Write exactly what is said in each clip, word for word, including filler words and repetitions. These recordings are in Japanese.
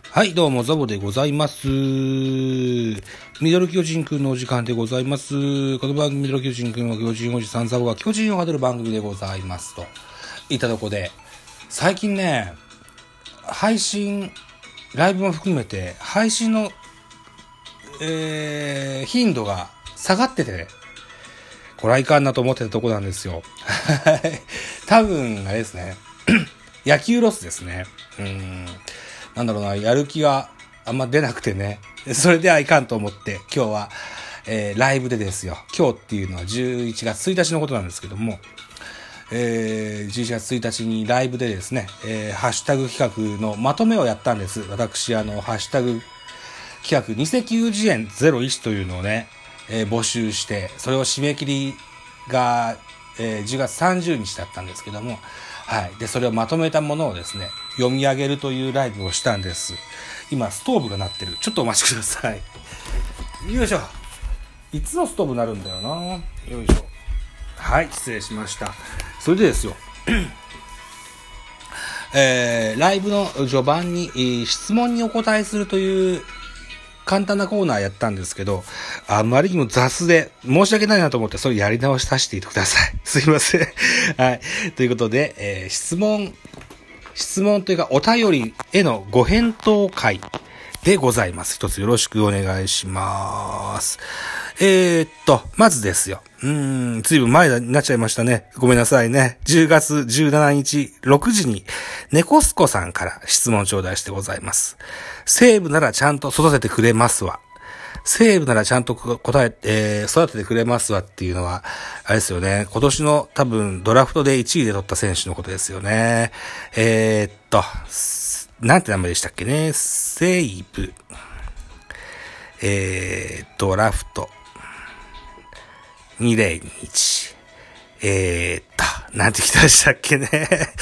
はい、どうも、ザボでございます。ミドル巨人くんのお時間でございます。この番組、ミドル巨人くんは巨人おじさんザボが巨人を語る番組でございます。といったとこで、最近ね、配信、ライブも含めて、配信の、えー、頻度が下がってて、これはいかんなと思ってたとこなんですよ。多分、あれですね。野球ロスですね。うーん。なんだろうな、やる気があんま出なくてね。それではいかんと思って、今日は、えー、ライブでですよ。今日っていうのはじゅういちがつついたちのことなんですけども、えー、じゅういちがつついたちにライブでですね、えー、ハッシュタグ企画のまとめをやったんです。私、あの、ハッシュタグ企画、偽球児園ゼロいちというのをね、えー、募集して、それを締め切りが、えー、じゅうがつさんじゅうにちだったんですけども、はい。で、それをまとめたものをですね、読み上げるというライブをしたんです。今、ストーブが鳴ってる。ちょっとお待ちください。よいしょ。いつのストーブ鳴るんだよな。よいしょ。はい、失礼しました。それでですよ。えー、ライブの序盤に、えー、質問にお答えするという簡単なコーナーやったんですけど、あまりにも雑で申し訳ないなと思ってそれやり直しさせていてください。すいません。はい。ということで、えー、質問、質問というかお便りへのご返答会でございます。一つよろしくお願いします。えー、っと、まずですよ。うーん、ずいぶん前になっちゃいましたね。ごめんなさいね。じゅうがつじゅうしちにちろくじに、ネコスコさんから質問頂戴してございます。西武ならちゃんと育ててくれますわ。西武ならちゃんと答え、えー、育ててくれますわっていうのは、あれですよね。今年の多分ドラフトでいちいで取った選手のことですよね。えー、っと、なんて名前でしたっけね。西武。えー、ドラフト。にせんにじゅういち。えー、っと、なんて来たでしたっけね。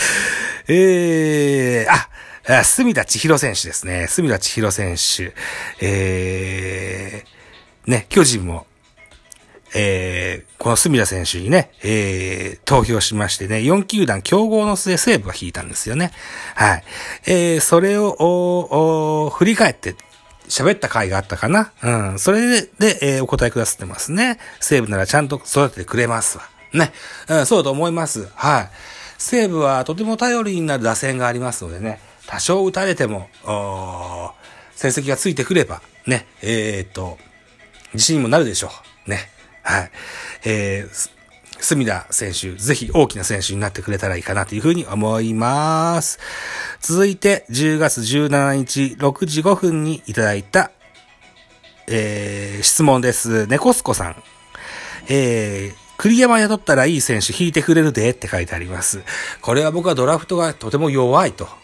えー、あ、隅田千尋選手ですね。隅田千尋選手。えー、ね、巨人も、えー、この隅田選手にね、えー、投票しましてね、よんきゅうだん競合の末西武が引いたんですよね。はい。えー、それを、おお振り返って、喋った回があったかな。うん。それで、でえー、お答えくださってますね。西武ならちゃんと育ててくれますわ。ね。うん、そうだと思います。はい。西武はとても頼りになる打線がありますのでね、多少打たれても、成績がついてくれば、ね、えー、っと、自信にもなるでしょう。ね。はい。えー、隅田選手、ぜひ大きな選手になってくれたらいいかなというふうに思います。続いて、じゅうがつじゅうしちにちろくじごふんにいただいた、えー、質問です。ネコスコさん。えー、栗山雇ったらいい選手引いてくれるでって書いてあります。これは僕はドラフトがとても弱いと。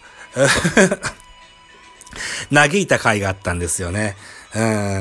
嘆いた回があったんですよね。うん。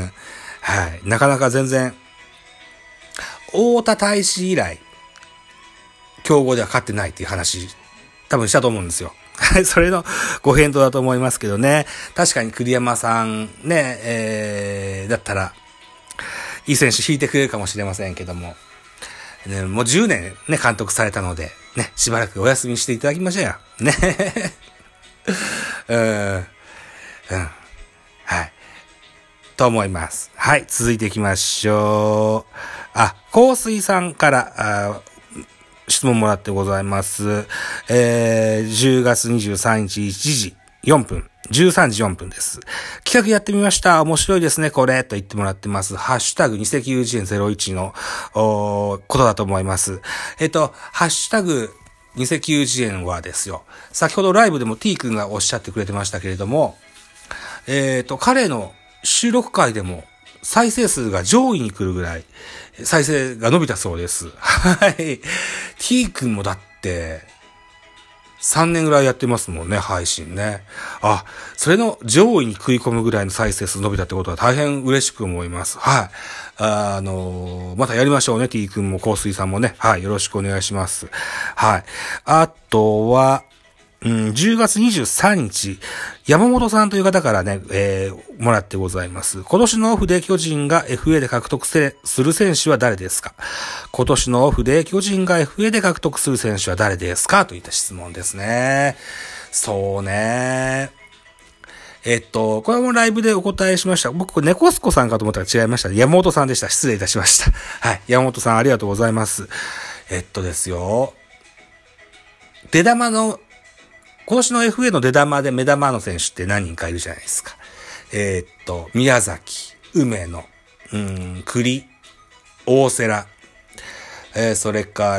はい。なかなか全然、大田大使以来、競合では勝ってないっていう話、多分したと思うんですよ。それのご返答だと思いますけどね。確かに栗山さんね、えー、だったら、いい選手引いてくれるかもしれませんけども、ね、もうじゅうねんね、監督されたので、ね、しばらくお休みしていただきましょうよ。ね。うん。うん。はい。と思います。はい、続いていきましょう。あ、香水さんから、あ質問もらってございます。えー、じゅうがつにじゅうさんにちいちじよんぷん、じゅうさんじよんぷんです。企画やってみました。面白いですね、これ。と言ってもらってます。ハッシュタグ偽球児園ゼロいちのことだと思います。えっと、ハッシュタグ偽球児園はですよ。先ほどライブでも T 君がおっしゃってくれてましたけれども、えっと、彼の収録回でも再生数が上位に来るぐらい再生が伸びたそうです。はい。T 君もだってさんねんぐらいやってますもんね、配信ね。あ、それの上位に食い込むぐらいの再生数伸びたってことは大変嬉しく思います。はい。あのー、またやりましょうね、T 君も香水さんもね。はい、よろしくお願いします。はい。あとは、うん、じゅうがつにじゅうさんにち、山本さんという方からね、えー、もらってございます。今年のオフで巨人が エフエー で獲得する選手は誰ですか？今年のオフで巨人が エフエー で獲得する選手は誰ですか？といった質問ですね。そうね。 えっと、これもライブでお答えしました。僕、ネコスコさんかと思ったら違いました。山本さんでした。失礼いたしました。はい。山本さんありがとうございます。えっとですよ。出玉の、今年の エフエー の出玉で目玉の選手って何人かいるじゃないですか。えっと、宮崎、梅野、うーん、栗、大瀬良、えー、それから、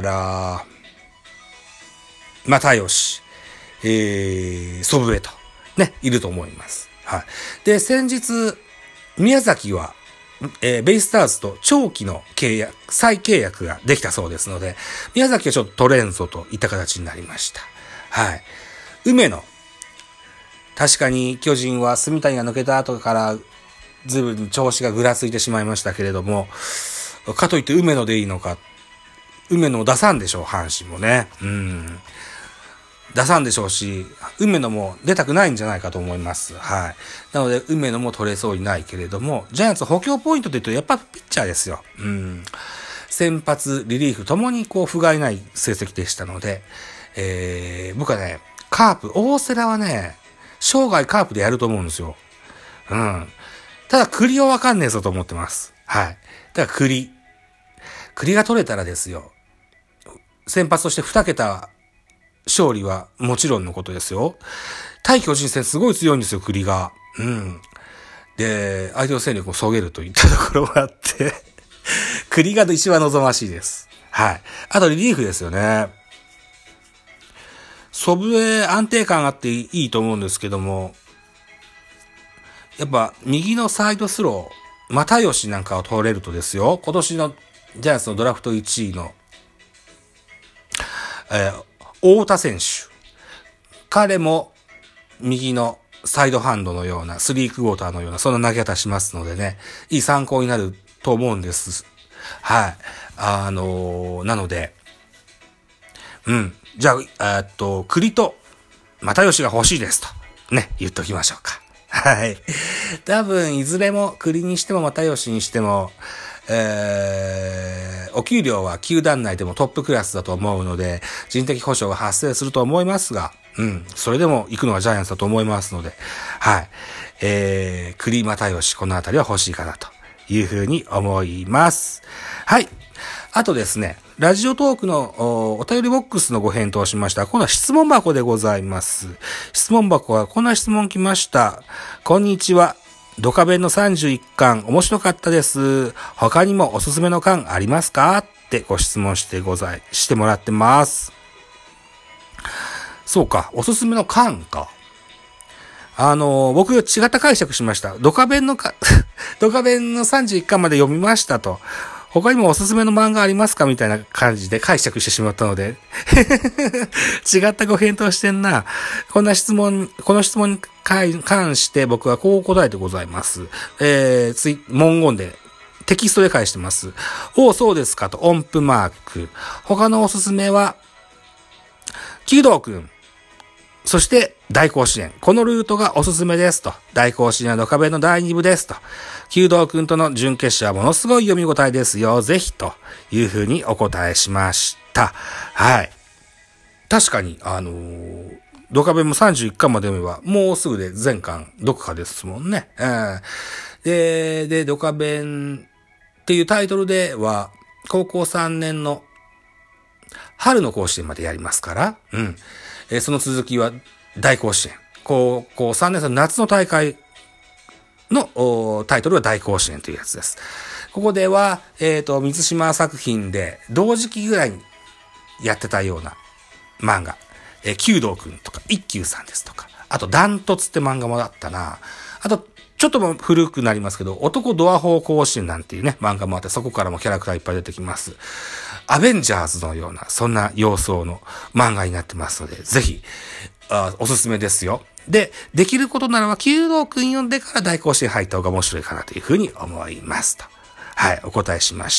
又吉、えー、祖父江と。ね、いると思います。はい。で、先日、宮崎は、えー、ベイスターズと長期の契約、再契約ができたそうですので、宮崎はちょっと取れんぞといった形になりました。はい。梅野。確かに巨人は住谷が抜けた後からずいぶん調子がぐらついてしまいましたけれども、かといって梅野でいいのか、梅野を出さんでしょう、阪神もね。うん。出さんでしょうし、梅野も出たくないんじゃないかと思います。はい。なので、梅野も取れそうにないけれども、ジャイアンツ補強ポイントというと、やっぱピッチャーですよ。うん。先発、リリーフともにこう、不甲斐ない成績でしたので、えー、僕はね、カープ、大瀬良はね、生涯カープでやると思うんですよ。うん。ただ、栗はわかんねえぞと思ってます。はい。だから栗。栗が取れたらですよ。先発としてに桁、勝利はもちろんのことですよ。対巨人戦すごい強いんですよ、栗が。うん。で、相手の戦力をそげるといったところがあって、栗が一番望ましいです。はい。あとリリーフですよね。祖父江安定感あっていいと思うんですけども、やっぱ右のサイドスロー、又吉なんかを取れるとですよ、今年のジャイアンツのドラフトいちいの、えー太田選手。彼も右のサイドハンドのような、スリークォーターのような、そんな投げ方しますのでね、いい参考になると思うんです。はい。あのー、なので、うん。じゃあ、えっと、栗と又吉が欲しいですと。ね、言っときましょうか。はい。多分、いずれも栗にしても又吉にしても、えー、お給料は球団内でもトップクラスだと思うので、人的保障が発生すると思いますが、うん、それでも行くのはジャイアンツだと思いますので、はい。えー、栗又吉、このあたりは欲しいかなというふうに思います。はい。あとですね、ラジオトークの お, お便りボックスのご返答しました。今度は質問箱でございます。質問箱はこんな質問来ました。こんにちは。ドカベンのさんじゅういっかん面白かったです。他にもおすすめの巻ありますかってご質問してござい、してもらってます。そうか、おすすめの巻か。あの、僕違った解釈しました。ドカベンのか、ドカベンのさんじゅういっかんまで読みましたと。他にもおすすめの漫画ありますかみたいな感じで解釈してしまったので。違ったご返答してんな。こんな質問、この質問に関して僕はこう答えてございます。えー、つい、文言で、テキストで返してます。おう、そうですかと、音符マーク。他のおすすめは、弓道くん。そして、大甲子園。このルートがおすすめですと。大甲子園はドカベンのだいに部ですと。弓道くんとの準決勝はものすごい読み応えですよ。ぜひというふうにお答えしました。はい。確かに、あのー、ドカベンもさんじゅういっかんまで読めば、もうすぐで全巻読破ですもんね。うん、で、で、ドカベンっていうタイトルでは、高校さんねんの春の甲子園までやりますから、うん。えー、その続きは大甲子園。高校さんねん生の夏の大会のタイトルは大甲子園というやつです。ここでは、えっと、水島作品で同時期ぐらいにやってたような漫画。えー、弓道くんとか一休さんですとか。あと、ダントツって漫画もあったな。あと、ちょっとも古くなりますけど、男ドア砲甲子園なんていうね、漫画もあって、そこからもキャラクターいっぱい出てきます。アベンジャーズのような、そんな様相の漫画になってますので、ぜひ、あおすすめですよ。で、できることならば、弓道くん読んでから大甲子園入った方が面白いかなというふうに思いますと。はい、お答えしました。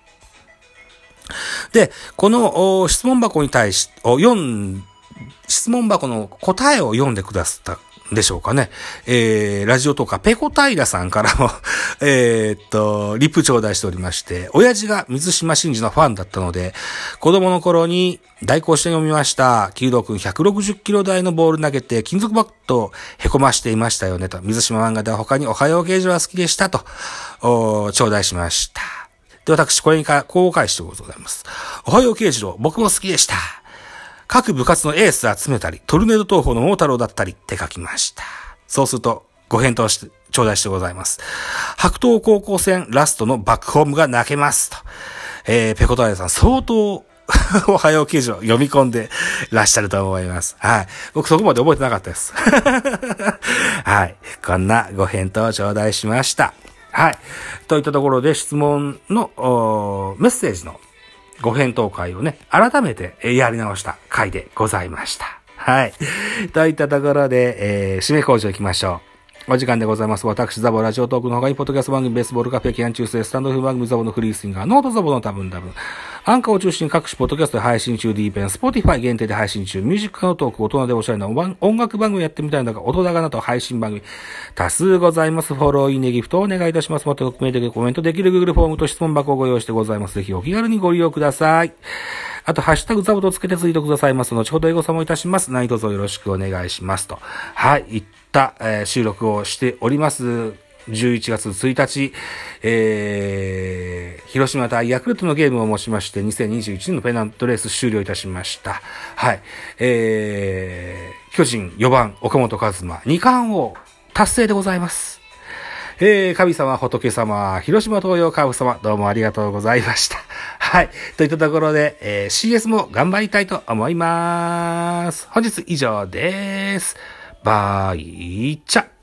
で、この質問箱に対し、読ん、質問箱の答えを読んでくださったでしょうかね。えー、ラジオとかペコ平さんからも、えーっと、リプ頂戴しておりまして、親父が水島真司のファンだったので、子供の頃に代行して読みました。弓道くんひゃくろくじゅっキロ台のボール投げて金属バットをへこましていましたよねと。水島漫画では他におはよう刑事は好きでしたと、お頂戴しました。で、私、これにか、こう返してございます。おはよう慶次郎、僕も好きでした。各部活のエース集めたり、トルネード東宝の桃太郎だったりって書きました。そうすると、ご返答して、頂戴してございます。白東高校戦ラストのバックホームが泣けますと。えー、ペコタイさん、相当、おはよう慶次郎読み込んでらっしゃると思います。はい。僕そこまで覚えてなかったです。はい。こんなご返答頂戴しました。はい。といったところで質問のメッセージのご返答会をね、改めてやり直した回でございました。はい。といったところで、えー、締め工場行きましょう。お時間でございます。私、ザボラジオトークの他に、ポッドキャスト番組、ベースボールカフェ、キャン中世、スタンドフ番組、ザボのフリースインガー、ノートザボの多分多分、アンカーを中心に各種ポッドキャストで配信中、D ペン、スポティファイ限定で配信中、ミュージックのトーク、大人でおしゃれな音楽番組やってみたいんだが、音高など配信番組、多数ございます。フォロー、いいね、ギフトをお願いいたします。もっと匿名的にコメントできる Google フォームと質問箱をご用意してございます。ぜひお気軽にご利用ください。あと、ハッシュタグザボとつけてツイートくださいます。後ほどエゴサもいたします。何卒よろしくお願いしますと。はい、いった、えー、収録をしております。じゅういちがつついたち、えー、広島対ヤクルトのゲームをもちまして、にせんにじゅういちねんのペナントレース終了いたしました。はい。えー、巨人よばん岡本和真、に冠王達成でございます。えー、神様、仏様、広島東洋カープ様、どうもありがとうございました。はい。といったところで、えー、シーエス も頑張りたいと思います。本日以上です。バイチャ。